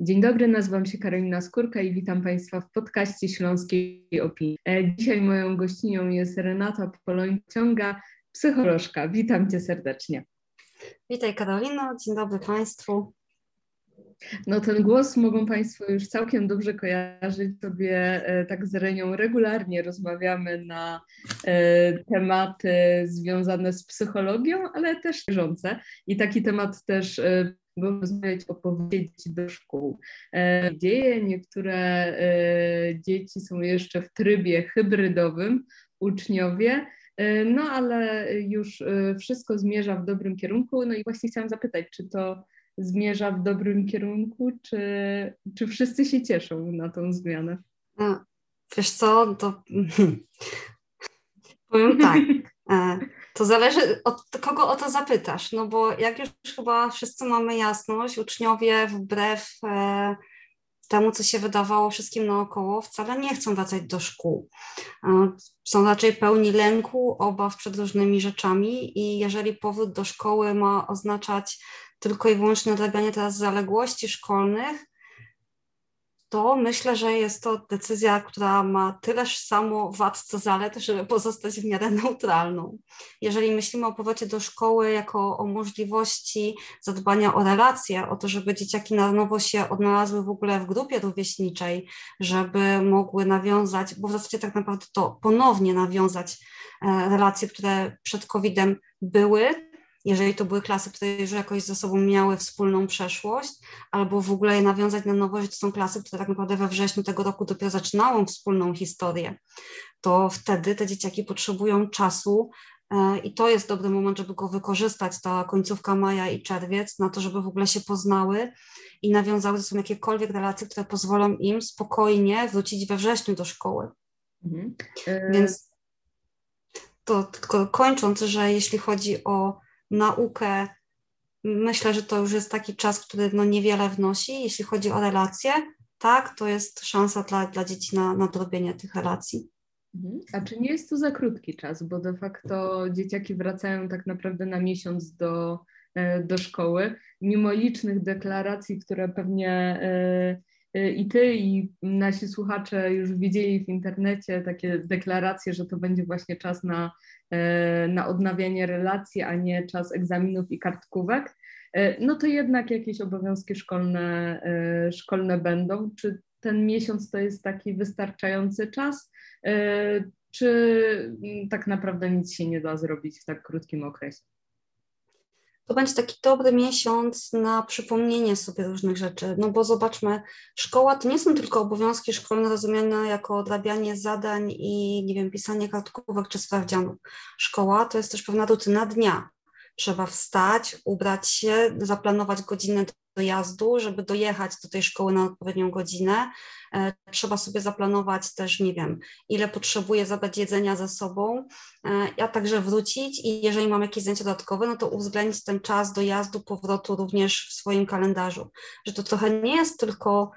Dzień dobry, nazywam się Karolina Skórka i witam Państwa w podcaście Śląskiej Opinii. Dzisiaj moją gościnią jest Renata Poloń-Ciąga, psycholożka. Witam Cię serdecznie. Witaj Karolino, dzień dobry Państwu. No ten głos mogą Państwo już całkiem dobrze kojarzyć sobie, tak z Renią regularnie rozmawiamy na tematy związane z psychologią, ale też bieżące i taki temat też bo rozmawiać o powrocie do szkół. Niektóre dzieci są jeszcze w trybie hybrydowym, uczniowie, no ale już wszystko zmierza w dobrym kierunku. No i właśnie chciałam zapytać, czy to zmierza w dobrym kierunku, czy wszyscy się cieszą na tą zmianę? Wiesz co, to powiem tak, to zależy od kogo o to zapytasz, no bo jak już chyba wszyscy mamy jasność, uczniowie wbrew temu, co się wydawało wszystkim naokoło, wcale nie chcą wracać do szkół. Są raczej pełni lęku, obaw przed różnymi rzeczami i jeżeli powrót do szkoły ma oznaczać tylko i wyłącznie nadrabianie teraz zaległości szkolnych, to myślę, że jest to decyzja, która ma tyleż samo wad co zalet, żeby pozostać w miarę neutralną. Jeżeli myślimy o powrocie do szkoły jako o możliwości zadbania o relacje, o to, żeby dzieciaki na nowo się odnalazły w ogóle w grupie rówieśniczej, żeby mogły nawiązać, bo w zasadzie tak naprawdę to ponownie nawiązać relacje, które przed COVID-em były, jeżeli to były klasy, które już jakoś ze sobą miały wspólną przeszłość, albo w ogóle je nawiązać na nowo, że to są klasy, które tak naprawdę we wrześniu tego roku dopiero zaczynają wspólną historię, to wtedy te dzieciaki potrzebują czasu i to jest dobry moment, żeby go wykorzystać, ta końcówka maja i czerwiec, na to, żeby w ogóle się poznały i nawiązały ze sobą jakiekolwiek relacje, które pozwolą im spokojnie wrócić we wrześniu do szkoły. Więc to tylko kończąc, że jeśli chodzi o naukę, myślę, że to już jest taki czas, który niewiele wnosi. Jeśli chodzi o relacje, tak, to jest szansa dla dzieci na nadrobienie tych relacji. A czy nie jest to za krótki czas, bo de facto dzieciaki wracają tak naprawdę na miesiąc do szkoły, mimo licznych deklaracji, które pewnie i Ty, i nasi słuchacze już widzieli w internecie, takie deklaracje, że to będzie właśnie czas na odnawianie relacji, a nie czas egzaminów i kartkówek, no to jednak jakieś obowiązki szkolne będą. Czy ten miesiąc to jest taki wystarczający czas, czy tak naprawdę nic się nie da zrobić w tak krótkim okresie? To będzie taki dobry miesiąc na przypomnienie sobie różnych rzeczy, no bo zobaczmy, szkoła to nie są tylko obowiązki szkolne rozumiane jako odrabianie zadań i, nie wiem, pisanie kartkówek czy sprawdzianów. Szkoła to jest też pewna rutyna dnia. Trzeba wstać, ubrać się, zaplanować godzinę dojazdu, żeby dojechać do tej szkoły na odpowiednią godzinę. Trzeba sobie zaplanować też, nie wiem, ile potrzebuję zabrać jedzenia ze sobą, a także wrócić i jeżeli mam jakieś zajęcia dodatkowe, no to uwzględnić ten czas dojazdu, powrotu również w swoim kalendarzu. Że to trochę nie jest tylko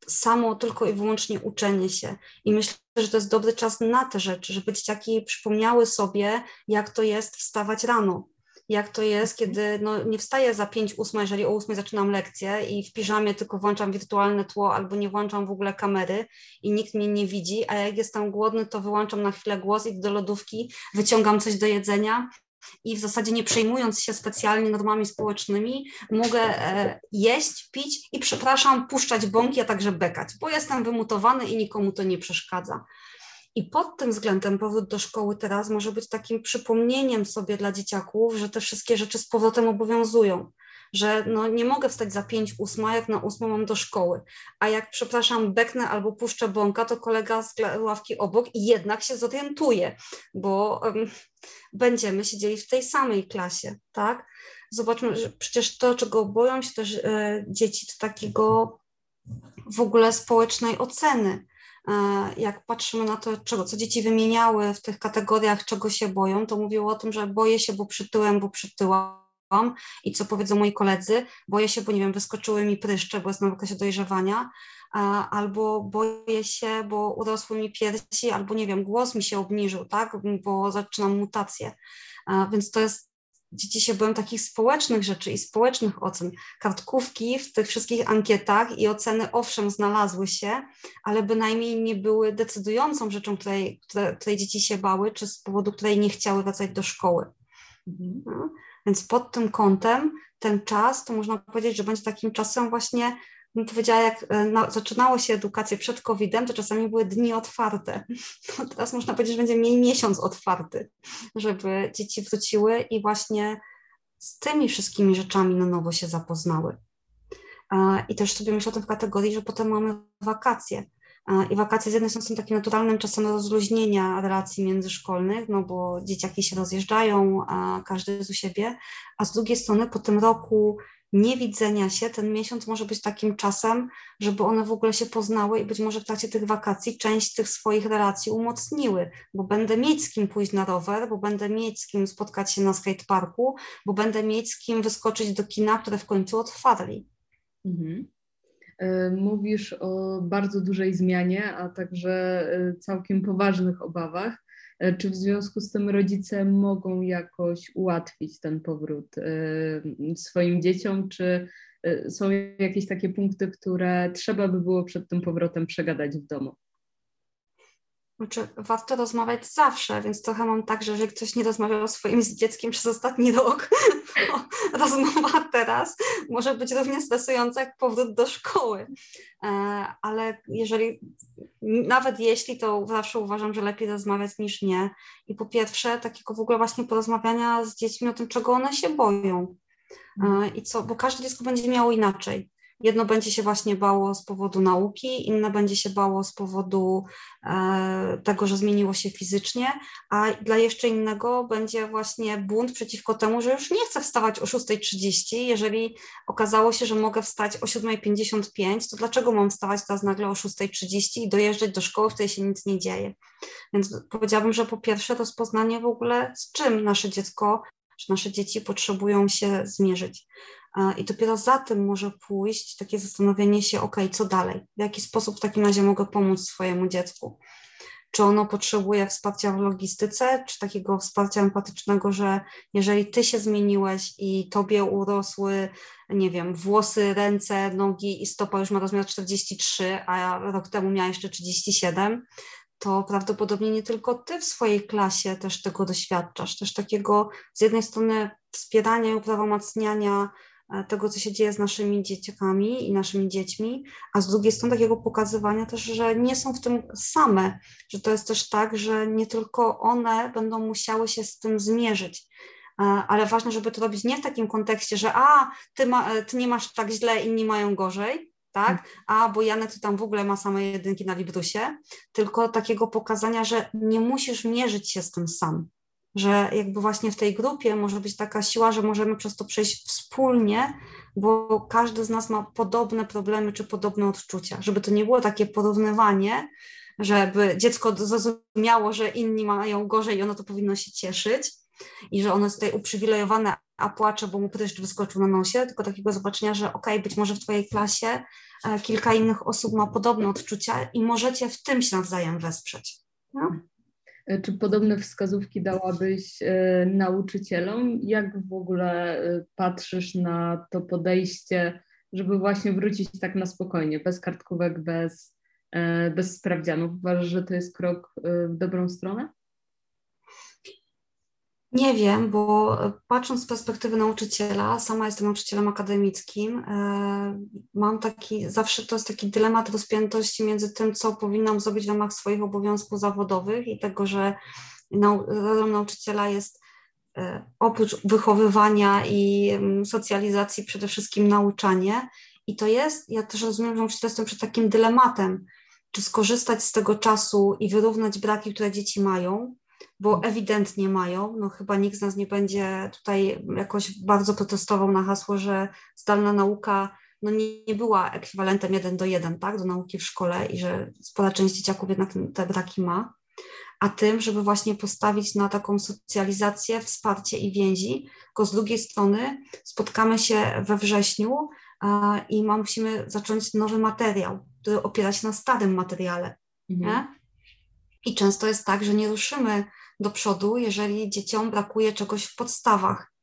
i wyłącznie uczenie się. I myślę, że to jest dobry czas na te rzeczy, żeby dzieciaki przypomniały sobie, jak to jest wstawać rano. Jak to jest, kiedy nie wstaję za 5:08, jeżeli o 8 zaczynam lekcję i w piżamie tylko włączam wirtualne tło albo nie włączam w ogóle kamery i nikt mnie nie widzi, a jak jestem głodny, to wyłączam na chwilę głos i do lodówki wyciągam coś do jedzenia i w zasadzie nie przejmując się specjalnie normami społecznymi, mogę jeść, pić i przepraszam, puszczać bąki, a także bekać, bo jestem wymutowany i nikomu to nie przeszkadza. I pod tym względem powrót do szkoły teraz może być takim przypomnieniem sobie dla dzieciaków, że te wszystkie rzeczy z powrotem obowiązują, że nie mogę wstać za 5:08, jak na 8 mam do szkoły, a jak, przepraszam, beknę albo puszczę bąka, to kolega z ławki obok i jednak się zorientuje, bo będziemy siedzieli w tej samej klasie, tak? Zobaczmy, że przecież to, czego boją się też dzieci, to takiego w ogóle społecznej oceny. Jak patrzymy na to, co dzieci wymieniały w tych kategoriach, czego się boją, to mówiło o tym, że boję się, bo przytyłem, bo przytyłam i co powiedzą moi koledzy, boję się, bo nie wiem, wyskoczyły mi pryszcze, bo jestem w okresie dojrzewania, albo boję się, bo urosły mi piersi, albo nie wiem, głos mi się obniżył, tak, bo zaczynam mutację, więc to jest dzieci się boją takich społecznych rzeczy i społecznych ocen. Kartkówki w tych wszystkich ankietach i oceny owszem znalazły się, ale bynajmniej nie były decydującą rzeczą, której dzieci się bały, czy z powodu której nie chciały wracać do szkoły. No. Więc pod tym kątem ten czas, to można powiedzieć, że będzie takim czasem właśnie, bym powiedziała, jak zaczynało się edukację przed COVID-em, to czasami były dni otwarte. No teraz można powiedzieć, że będzie mniej miesiąc otwarty, żeby dzieci wróciły i właśnie z tymi wszystkimi rzeczami na nowo się zapoznały. I też sobie myślę o tym w kategorii, że potem mamy wakacje. I wakacje z jednej strony są takim naturalnym czasem rozluźnienia relacji międzyszkolnych, no bo dzieciaki się rozjeżdżają, a każdy jest u siebie, a z drugiej strony po tym roku niewidzenia się, ten miesiąc może być takim czasem, żeby one w ogóle się poznały i być może w trakcie tych wakacji część tych swoich relacji umocniły, bo będę mieć z kim pójść na rower, bo będę mieć z kim spotkać się na skateparku, bo będę mieć z kim wyskoczyć do kina, które w końcu otwarli. Mhm. Mówisz o bardzo dużej zmianie, a także całkiem poważnych obawach. Czy w związku z tym rodzice mogą jakoś ułatwić ten powrót swoim dzieciom, czy są jakieś takie punkty, które trzeba by było przed tym powrotem przegadać w domu? Znaczy, warto rozmawiać zawsze, więc trochę mam tak, że jeżeli ktoś nie rozmawiał swoim dzieckiem przez ostatni rok, to rozmowa teraz może być równie stresująca jak powrót do szkoły. Ale nawet jeśli, to zawsze uważam, że lepiej rozmawiać niż nie. I po pierwsze, takiego w ogóle właśnie porozmawiania z dziećmi o tym, czego one się boją. I co, bo każde dziecko będzie miało inaczej. Jedno będzie się właśnie bało z powodu nauki, inne będzie się bało z powodu tego, że zmieniło się fizycznie, a dla jeszcze innego będzie właśnie bunt przeciwko temu, że już nie chcę wstawać o 6:30. Jeżeli okazało się, że mogę wstać o 7:55, to dlaczego mam wstawać teraz nagle o 6:30 i dojeżdżać do szkoły, w której się nic nie dzieje? Więc powiedziałabym, że po pierwsze rozpoznanie w ogóle, z czym nasze dziecko, czy nasze dzieci potrzebują się zmierzyć. I dopiero za tym może pójść takie zastanowienie się, co dalej? W jaki sposób w takim razie mogę pomóc swojemu dziecku? Czy ono potrzebuje wsparcia w logistyce, czy takiego wsparcia empatycznego, że jeżeli ty się zmieniłeś i tobie urosły, nie wiem, włosy, ręce, nogi i stopa już ma rozmiar 43, a rok temu miała jeszcze 37, to prawdopodobnie nie tylko ty w swojej klasie też tego doświadczasz, też takiego z jednej strony wspierania i uprawomacniania tego, co się dzieje z naszymi dzieciakami i naszymi dziećmi, a z drugiej strony takiego pokazywania też, że nie są w tym same, że to jest też tak, że nie tylko one będą musiały się z tym zmierzyć, ale ważne, żeby to robić nie w takim kontekście, że ty nie masz tak źle, inni mają gorzej, tak? Bo Janek to tam w ogóle ma same jedynki na Librusie, tylko takiego pokazania, że nie musisz mierzyć się z tym sam, że jakby właśnie w tej grupie może być taka siła, że możemy przez to przejść wspólnie, bo każdy z nas ma podobne problemy czy podobne odczucia, żeby to nie było takie porównywanie, żeby dziecko zrozumiało, że inni mają gorzej i ono to powinno się cieszyć i że ono jest tutaj uprzywilejowane, a płacze, bo mu pryszcz wyskoczył na nosie, tylko takiego zobaczenia, że być może w twojej klasie kilka innych osób ma podobne odczucia i możecie w tym się nawzajem wesprzeć. No? Czy podobne wskazówki dałabyś nauczycielom? Jak w ogóle patrzysz na to podejście, żeby właśnie wrócić tak na spokojnie, bez kartkówek, bez sprawdzianów? Uważasz, że to jest krok w dobrą stronę? Nie wiem, bo patrząc z perspektywy nauczyciela, sama jestem nauczycielem akademickim, mam zawsze to jest taki dylemat rozpiętości między tym, co powinnam zrobić w ramach swoich obowiązków zawodowych i tego, że rolą nauczyciela jest oprócz wychowywania i socjalizacji przede wszystkim nauczanie. I ja też rozumiem, że nauczyciel jestem przed takim dylematem, czy skorzystać z tego czasu i wyrównać braki, które dzieci mają, bo ewidentnie mają, no chyba nikt z nas nie będzie tutaj jakoś bardzo protestował na hasło, że zdalna nauka nie była ekwiwalentem 1:1, tak, do nauki w szkole i że spora część dzieciaków jednak te braki ma, a tym, żeby właśnie postawić na taką socjalizację, wsparcie i więzi, tylko z drugiej strony spotkamy się we wrześniu i musimy zacząć nowy materiał, który opiera się na starym materiale. Nie? I często jest tak, że nie ruszymy do przodu, jeżeli dzieciom brakuje czegoś w podstawach.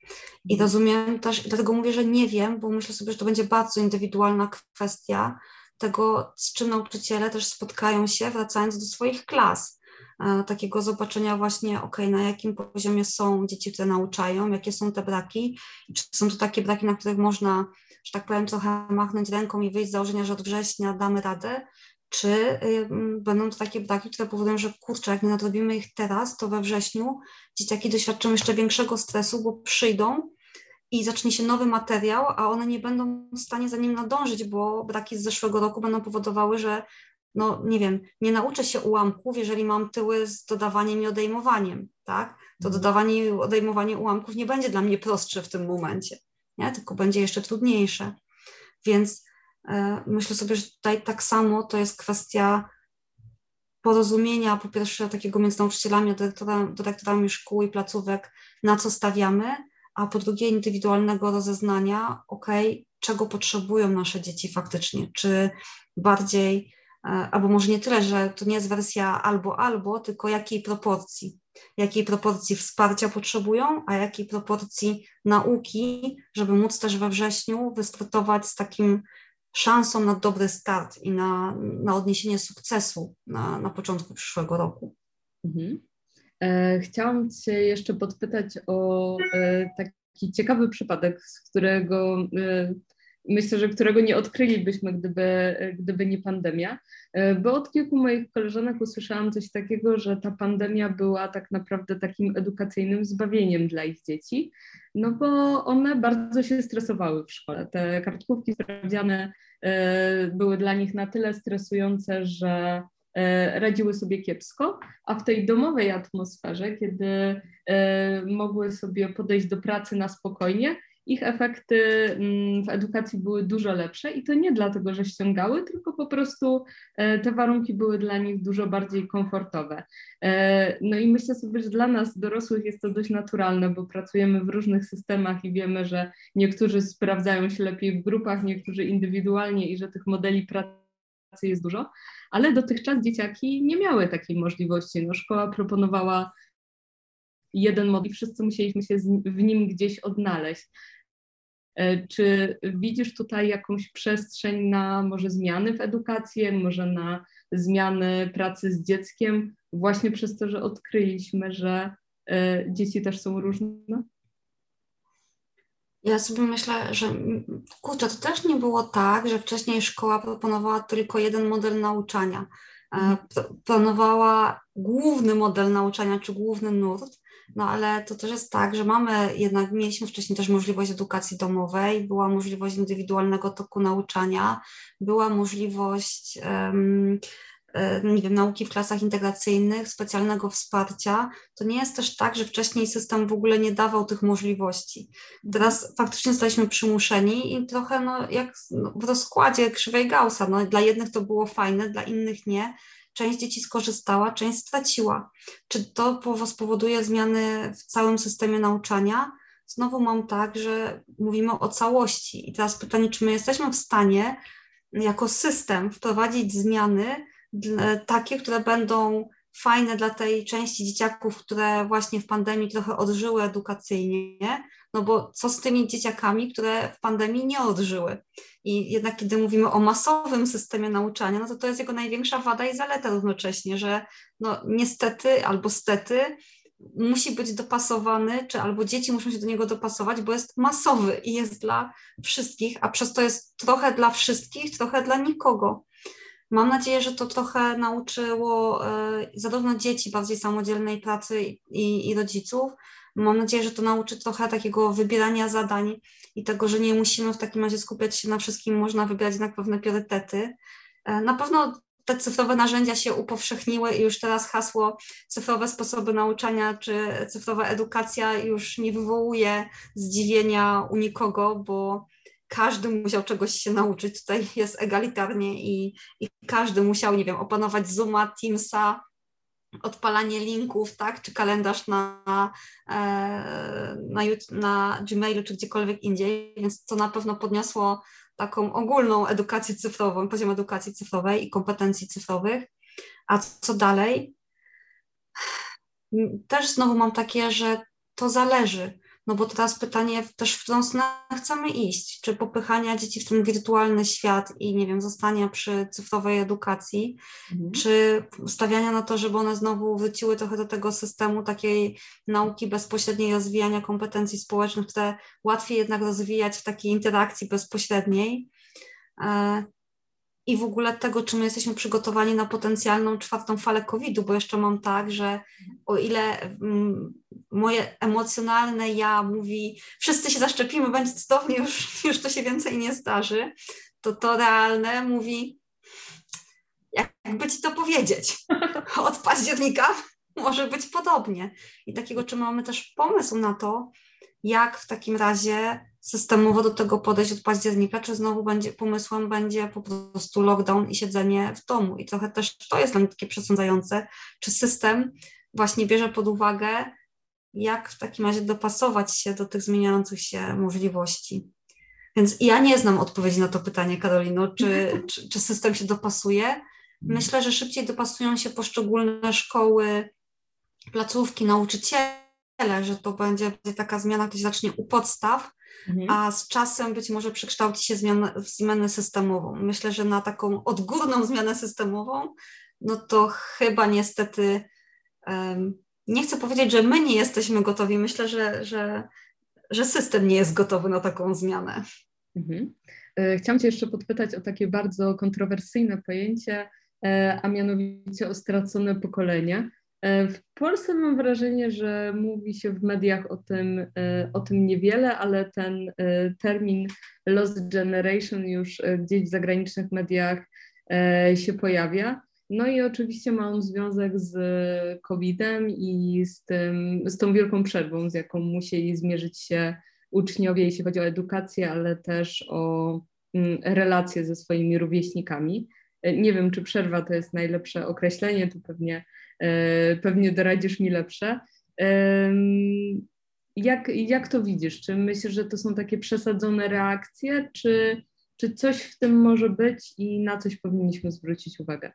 I rozumiem też, dlatego mówię, że nie wiem, bo myślę sobie, że to będzie bardzo indywidualna kwestia tego, z czym nauczyciele też spotkają się, wracając do swoich klas. Takiego zobaczenia właśnie, na jakim poziomie są dzieci, które nauczają, jakie są te braki, czy są to takie braki, na których można, że tak powiem, trochę machnąć ręką i wyjść z założenia, że od września damy radę, czy będą to takie braki, które powodują, że kurczę, jak nie nadrobimy ich teraz, to we wrześniu dzieciaki doświadczą jeszcze większego stresu, bo przyjdą i zacznie się nowy materiał, a one nie będą w stanie za nim nadążyć, bo braki z zeszłego roku będą powodowały, że no nie wiem, nie nauczę się ułamków, jeżeli mam tyły z dodawaniem i odejmowaniem, tak? To dodawanie i odejmowanie ułamków nie będzie dla mnie prostsze w tym momencie, nie? Tylko będzie jeszcze trudniejsze. Więc myślę sobie, że tutaj tak samo to jest kwestia porozumienia, po pierwsze takiego między nauczycielami, dyrektorami szkół i placówek, na co stawiamy, a po drugie indywidualnego rozeznania, czego potrzebują nasze dzieci faktycznie, czy bardziej, albo może nie tyle, że to nie jest wersja albo, tylko jakiej proporcji wsparcia potrzebują, a jakiej proporcji nauki, żeby móc też we wrześniu wystartować z takim szansą na dobry start i na odniesienie sukcesu na początku przyszłego roku. Mhm. Chciałam Cię jeszcze podpytać o taki ciekawy przypadek, z którego myślę, że którego nie odkrylibyśmy, gdyby nie pandemia, bo od kilku moich koleżanek usłyszałam coś takiego, że ta pandemia była tak naprawdę takim edukacyjnym zbawieniem dla ich dzieci, no bo one bardzo się stresowały w szkole. Te kartkówki sprawdziane były dla nich na tyle stresujące, że radziły sobie kiepsko, a w tej domowej atmosferze, kiedy mogły sobie podejść do pracy na spokojnie, ich efekty w edukacji były dużo lepsze i to nie dlatego, że ściągały, tylko po prostu te warunki były dla nich dużo bardziej komfortowe. No i myślę sobie, że dla nas dorosłych jest to dość naturalne, bo pracujemy w różnych systemach i wiemy, że niektórzy sprawdzają się lepiej w grupach, niektórzy indywidualnie i że tych modeli pracy jest dużo, ale dotychczas dzieciaki nie miały takiej możliwości. No, szkoła proponowała jeden model i wszyscy musieliśmy się w nim gdzieś odnaleźć. Czy widzisz tutaj jakąś przestrzeń na może zmiany w edukacji, może na zmiany pracy z dzieckiem, właśnie przez to, że odkryliśmy, że dzieci też są różne? Ja sobie myślę, że kurczę, to też nie było tak, że wcześniej szkoła proponowała tylko jeden model nauczania. Planowała główny model nauczania, czy główny nurt, no ale to też jest tak, że mieliśmy wcześniej też możliwość edukacji domowej, była możliwość indywidualnego toku nauczania, była możliwość nauki w klasach integracyjnych, specjalnego wsparcia. To nie jest też tak, że wcześniej system w ogóle nie dawał tych możliwości. Teraz faktycznie zostaliśmy przymuszeni i trochę jak w rozkładzie krzywej Gaussa. Dla jednych to było fajne, dla innych nie. Część dzieci skorzystała, część straciła. Czy to spowoduje zmiany w całym systemie nauczania? Znowu mam tak, że mówimy o całości. I teraz pytanie, czy my jesteśmy w stanie jako system wprowadzić zmiany takie, które będą fajne dla tej części dzieciaków, które właśnie w pandemii trochę odżyły edukacyjnie, no bo co z tymi dzieciakami, które w pandemii nie odżyły? I jednak kiedy mówimy o masowym systemie nauczania, no to jest jego największa wada i zaleta równocześnie, że niestety albo stety musi być dopasowany, czy albo dzieci muszą się do niego dopasować, bo jest masowy i jest dla wszystkich, a przez to jest trochę dla wszystkich, trochę dla nikogo. Mam nadzieję, że to trochę nauczyło zarówno dzieci bardziej samodzielnej pracy i rodziców. Mam nadzieję, że to nauczy trochę takiego wybierania zadań i tego, że nie musimy w takim razie skupiać się na wszystkim, można wybrać jednak pewne priorytety. Na pewno te cyfrowe narzędzia się upowszechniły i już teraz hasło cyfrowe sposoby nauczania czy cyfrowa edukacja już nie wywołuje zdziwienia u nikogo, bo każdy musiał czegoś się nauczyć. Tutaj jest egalitarnie i każdy musiał, nie wiem, opanować Zooma, Teamsa, odpalanie linków, tak, czy kalendarz na Gmailu, czy gdziekolwiek indziej, więc to na pewno podniosło taką ogólną edukację cyfrową, poziom edukacji cyfrowej i kompetencji cyfrowych. A co dalej? Też znowu mam takie, że to zależy. No bo teraz pytanie też, w którą stronę chcemy iść. Czy popychania dzieci w ten wirtualny świat i, nie wiem, zostania przy cyfrowej edukacji, czy stawiania na to, żeby one znowu wróciły trochę do tego systemu takiej nauki bezpośredniej, rozwijania kompetencji społecznych, które łatwiej jednak rozwijać w takiej interakcji bezpośredniej. I w ogóle tego, czy my jesteśmy przygotowani na potencjalną 4. falę COVID-u, bo jeszcze mam tak, że o ile moje emocjonalne ja mówi, wszyscy się zaszczepimy, będzie cudownie, już to się więcej nie zdarzy, to realne mówi, jakby ci to powiedzieć, od października może być podobnie. I takiego, czy mamy też pomysł na to, jak w takim razie systemowo do tego podejść od października, czy znowu pomysłem będzie po prostu lockdown i siedzenie w domu. I trochę też to jest dla mnie takie przesądzające, czy system właśnie bierze pod uwagę, jak w takim razie dopasować się do tych zmieniających się możliwości. Więc ja nie znam odpowiedzi na to pytanie, Karolino, czy system się dopasuje. Myślę, że szybciej dopasują się poszczególne szkoły, placówki, nauczyciele, że to będzie taka zmiana, która się zacznie u podstaw, a z czasem być może przekształci się w zmianę systemową. Myślę, że na taką odgórną zmianę systemową, no to chyba niestety, nie chcę powiedzieć, że my nie jesteśmy gotowi. Myślę, że system nie jest gotowy na taką zmianę. Chciałam Cię jeszcze podpytać o takie bardzo kontrowersyjne pojęcie, a mianowicie o stracone pokolenie. W Polsce mam wrażenie, że mówi się w mediach o tym niewiele, ale ten termin Lost Generation już gdzieś w zagranicznych mediach się pojawia. No i oczywiście ma on związek z COVID-em i z tą wielką przerwą, z jaką musieli zmierzyć się uczniowie, jeśli chodzi o edukację, ale też o relacje ze swoimi rówieśnikami. Nie wiem, czy przerwa to jest najlepsze określenie, tu pewnie doradzisz mi lepsze. Jak to widzisz? Czy myślisz, że to są takie przesadzone reakcje, czy coś w tym może być i na coś powinniśmy zwrócić uwagę?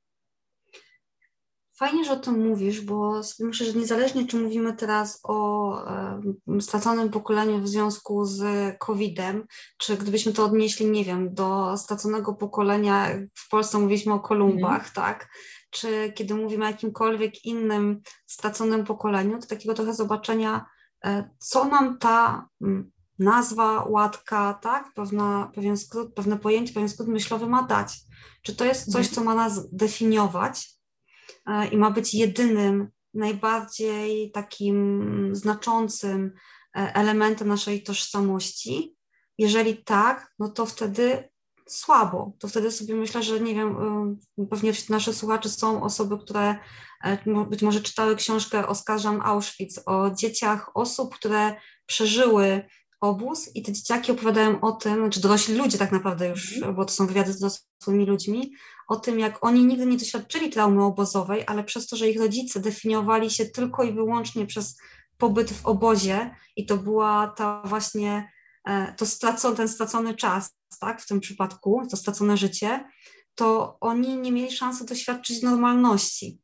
Fajnie, że o tym mówisz, bo myślę, że niezależnie czy mówimy teraz o straconym pokoleniu w związku z COVID-em, czy gdybyśmy to odnieśli, nie wiem, do straconego pokolenia, w Polsce mówiliśmy o Kolumbach, tak? Czy kiedy mówimy o jakimkolwiek innym straconym pokoleniu, to takiego trochę zobaczenia, co nam ta nazwa, łatka, tak? Pewien skrót, pewne pojęcie, pewien skrót myślowy ma dać. Czy to jest coś, co ma nas definiować i ma być jedynym, najbardziej takim znaczącym elementem naszej tożsamości? Jeżeli tak, no to wtedy słabo. To wtedy sobie myślę, że nie wiem, pewnie wśród naszych słuchaczy są osoby, które być może czytały książkę Oskarżam Auschwitz o dzieciach osób, które przeżyły obóz i te dzieciaki opowiadają o tym, znaczy dorośli ludzie tak naprawdę już, bo to są wywiady z dorosłymi ludźmi, o tym, jak oni nigdy nie doświadczyli traumy obozowej, ale przez to, że ich rodzice definiowali się tylko i wyłącznie przez pobyt w obozie i to była ta właśnie, ten stracony czas, tak, w tym przypadku, to stracone życie, to oni nie mieli szansy doświadczyć normalności.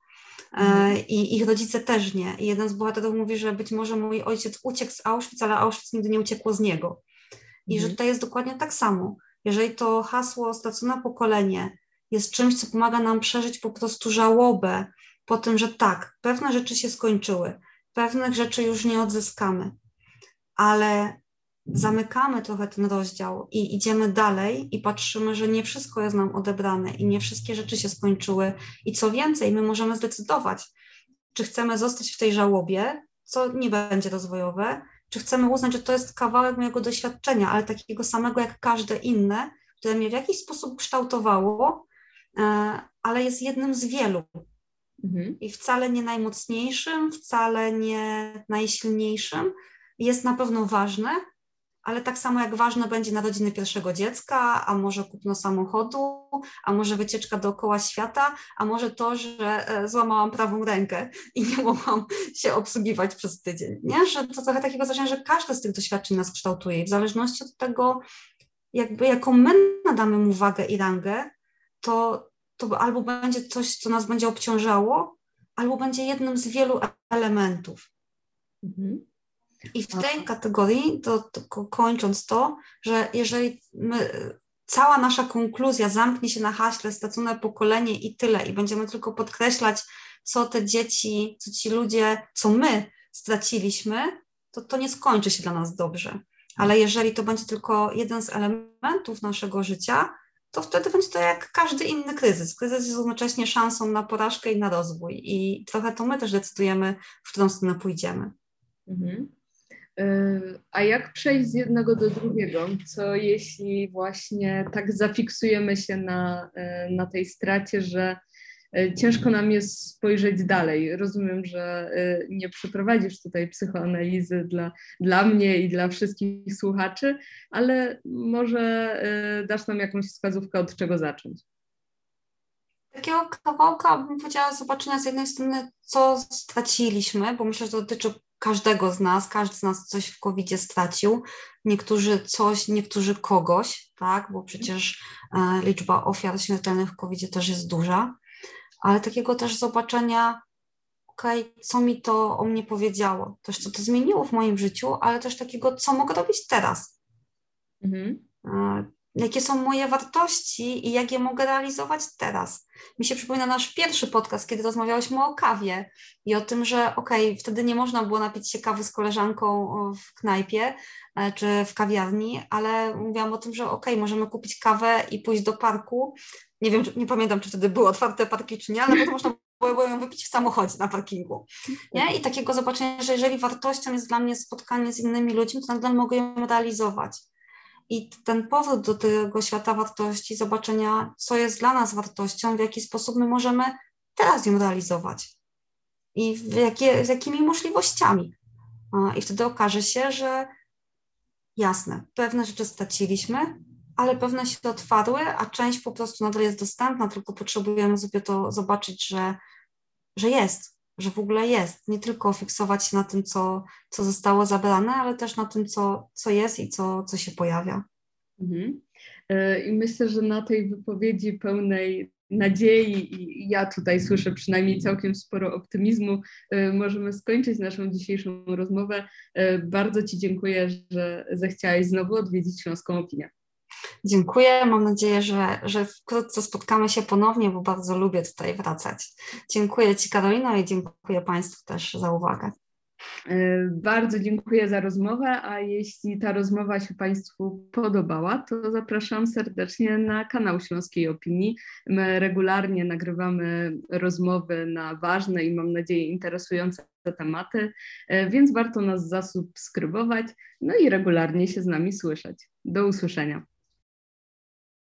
I ich rodzice też nie. I jeden z bohaterów mówi, że być może mój ojciec uciekł z Auschwitz, ale Auschwitz nigdy nie uciekło z niego. I że tutaj jest dokładnie tak samo. Jeżeli to hasło stracone pokolenie jest czymś, co pomaga nam przeżyć po prostu żałobę po tym, że tak, pewne rzeczy się skończyły, pewnych rzeczy już nie odzyskamy, ale zamykamy trochę ten rozdział i idziemy dalej i patrzymy, że nie wszystko jest nam odebrane i nie wszystkie rzeczy się skończyły i co więcej, my możemy zdecydować, czy chcemy zostać w tej żałobie, co nie będzie rozwojowe, czy chcemy uznać, że to jest kawałek mojego doświadczenia, ale takiego samego jak każde inne, które mnie w jakiś sposób kształtowało, ale jest jednym z wielu. I wcale nie najmocniejszym, wcale nie najsilniejszym. Jest na pewno ważne, ale tak samo jak ważne będzie narodziny pierwszego dziecka, a może kupno samochodu, a może wycieczka dookoła świata, a może to, że złamałam prawą rękę i nie mogłam się obsługiwać przez tydzień. Nie? Że to trochę takiego wrażenia, że każde z tych doświadczeń nas kształtuje i w zależności od tego, jaką my nadamy mu wagę i rangę, to albo będzie coś, co nas będzie obciążało, albo będzie jednym z wielu elementów. I w tej kategorii, to kończąc to, że jeżeli cała nasza konkluzja zamknie się na haśle stracone pokolenie i tyle i będziemy tylko podkreślać, co te dzieci, co ci ludzie, co my straciliśmy, to nie skończy się dla nas dobrze. Ale jeżeli to będzie tylko jeden z elementów naszego życia, to wtedy będzie to jak każdy inny kryzys. Kryzys jest równocześnie szansą na porażkę i na rozwój. I trochę to my też decydujemy, w którą stronę pójdziemy. Mhm. A jak przejść z jednego do drugiego? Co jeśli właśnie tak zafiksujemy się na tej stracie, że ciężko nam jest spojrzeć dalej. Rozumiem, że nie przeprowadzisz tutaj psychoanalizy dla mnie i dla wszystkich słuchaczy, ale może dasz nam jakąś wskazówkę, od czego zacząć. Takiego kawałka, bym powiedziała, zobaczenia z jednej strony, co straciliśmy, bo myślę, że to dotyczy każdego z nas, każdy z nas coś w COVID-zie stracił, niektórzy coś, niektórzy kogoś, tak, bo przecież liczba ofiar śmiertelnych w COVID-zie też jest duża, ale takiego też zobaczenia, co mi to o mnie powiedziało, też co to zmieniło w moim życiu, ale też takiego, co mogę robić teraz. Mhm. Jakie są moje wartości i jak je mogę realizować teraz. Mi się przypomina nasz pierwszy podcast, kiedy rozmawiałyśmy o kawie i o tym, że wtedy nie można było napić się kawy z koleżanką w knajpie czy w kawiarni, ale mówiłam o tym, że możemy kupić kawę i pójść do parku. Nie wiem, nie pamiętam, czy wtedy były otwarte parki, czy nie, ale potem można było ją wypić w samochodzie na parkingu. Nie? I takiego zobaczenia, że jeżeli wartością jest dla mnie spotkanie z innymi ludźmi, to nadal mogę ją realizować. I ten powrót do tego świata wartości, zobaczenia, co jest dla nas wartością, w jaki sposób my możemy teraz ją realizować i z jakimi możliwościami. I wtedy okaże się, że jasne, pewne rzeczy straciliśmy, ale pewne się otwarły, a część po prostu nadal jest dostępna, tylko potrzebujemy sobie to zobaczyć, że jest, że w ogóle jest. Nie tylko fiksować się na tym, co zostało zabrane, ale też na tym, co jest i co się pojawia. Mhm. I myślę, że na tej wypowiedzi pełnej nadziei i ja tutaj słyszę przynajmniej całkiem sporo optymizmu, możemy skończyć naszą dzisiejszą rozmowę. Bardzo Ci dziękuję, że zechciałaś znowu odwiedzić Śląską Opinię. Dziękuję. Mam nadzieję, że wkrótce spotkamy się ponownie, bo bardzo lubię tutaj wracać. Dziękuję Ci, Karolino, i dziękuję Państwu też za uwagę. Bardzo dziękuję za rozmowę, a jeśli ta rozmowa się Państwu podobała, to zapraszam serdecznie na kanał Śląskiej Opinii. My regularnie nagrywamy rozmowy na ważne i mam nadzieję interesujące tematy, więc warto nas zasubskrybować, no i regularnie się z nami słyszeć. Do usłyszenia.